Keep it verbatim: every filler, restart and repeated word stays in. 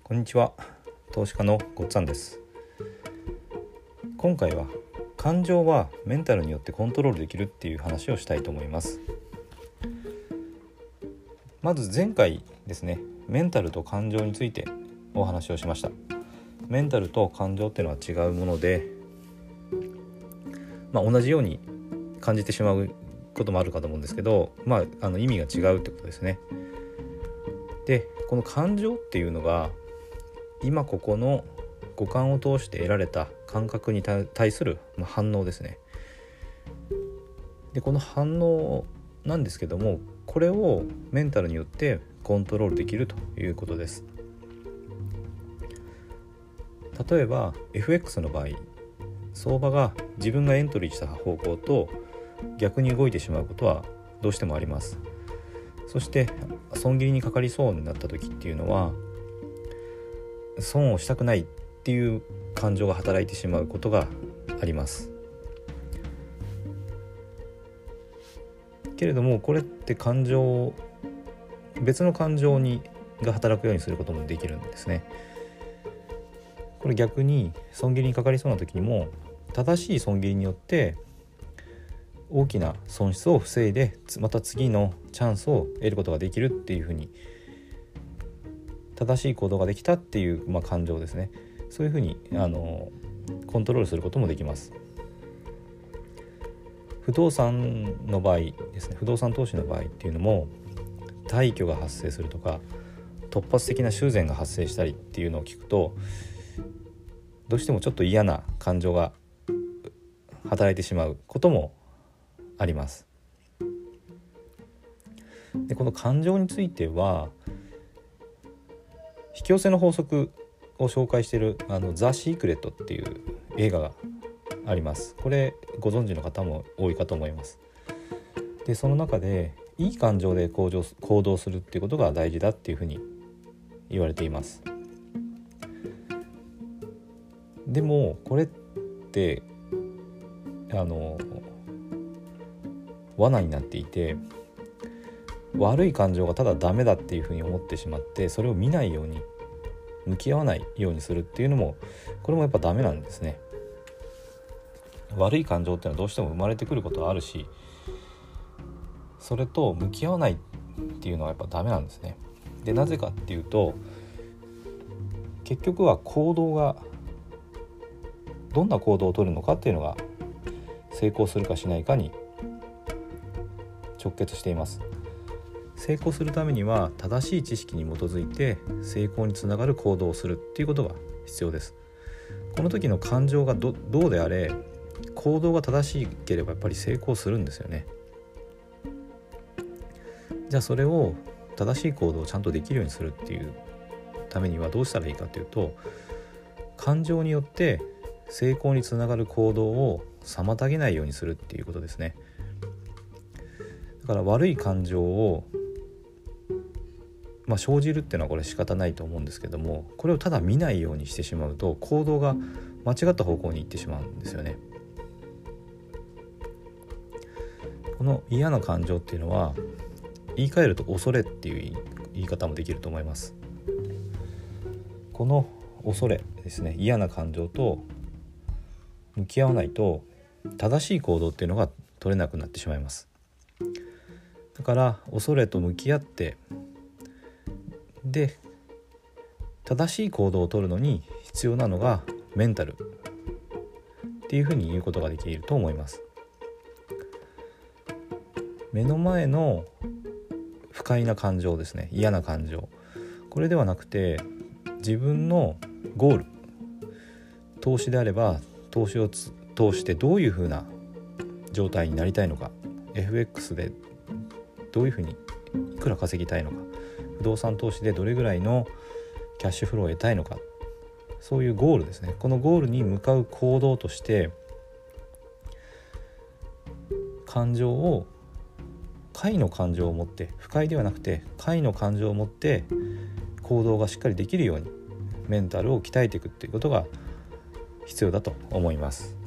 こんにちは、投資家のごっつぁんです。今回は感情はメンタルによってコントロールできるっていう話をしたいと思います。まず前回ですね、メンタルと感情についてお話をしました。メンタルと感情っていうのは違うもので、まあ、同じように感じてしまうこともあるかと思うんですけど、まあ、あの意味が違うってことですね。で、この感情っていうのが今ここの五感を通して得られた感覚に対する反応ですね。で、この反応なんですけども、これをメンタルによってコントロールできるということです。例えば エフエックス の場合、相場が自分がエントリーした方向と逆に動いてしまうことはどうしてもあります。そして損切りにかかりそうになった時っていうのは、損をしたくないっていう感情が働いてしまうことがあります。けれども、これって感情、別の感情にが働くようにすることもできるんですね。これ逆に損切りにかかりそうな時にも、正しい損切りによって大きな損失を防いで、また次のチャンスを得ることができるっていうふうに、正しい行動ができたっていう、まあ、感情ですね。そういうふうにあのコントロールすることもできます。不動産の場合ですね、不動産投資の場合っていうのも、退去が発生するとか突発的な修繕が発生したりっていうのを聞くと、どうしてもちょっと嫌な感情が働いてしまうこともあります。で、この感情については引き寄せの法則を紹介しているあのザ・シークレットっていう映画があります。これご存知の方も多いかと思います。で、その中でいい感情で行動、行動するっていうことが大事だっていうふうに言われています。でもこれってあの罠になっていて、悪い感情がただダメだっていうふうに思ってしまって、それを見ないように、向き合わないようにするっていうのも、これもやっぱダメなんですね。悪い感情っていうのはどうしても生まれてくることはあるし、それと向き合わないっていうのはやっぱダメなんですね。で、なぜかっていうと、結局は行動がどんな行動を取るのかっていうのが成功するかしないかに直結しています。成功するためには正しい知識に基づいて成功につながる行動をするっていうことが必要です。この時の感情が ど, どうであれ、行動が正しければやっぱり成功するんですよね。じゃあそれを正しい行動をちゃんとできるようにするっていうためにはどうしたらいいかというと、感情によって成功につながる行動を妨げないようにするっていうことですね。だから悪い感情をまあ、生じるっていうのはこれ仕方ないと思うんですけども、これをただ見ないようにしてしまうと行動が間違った方向に行ってしまうんですよね。この嫌な感情っていうのは、言い換えると恐れっていう言い方もできると思います。この恐れですね、嫌な感情と向き合わないと正しい行動っていうのが取れなくなってしまいます。だから恐れと向き合って、で正しい行動を取るのに必要なのがメンタルっていうふうに言うことができると思います。目の前の不快な感情ですね、嫌な感情、これではなくて、自分のゴール、投資であれば投資を通してどういうふうな状態になりたいのか、 エフエックス でどういうふうにいくら稼ぎたいのか、不動産投資でどれぐらいのキャッシュフローを得たいのか、そういうゴールですね。このゴールに向かう行動として、感情を快の感情を持って、不快ではなくて快の感情を持って行動がしっかりできるようにメンタルを鍛えていくっていうことが必要だと思います。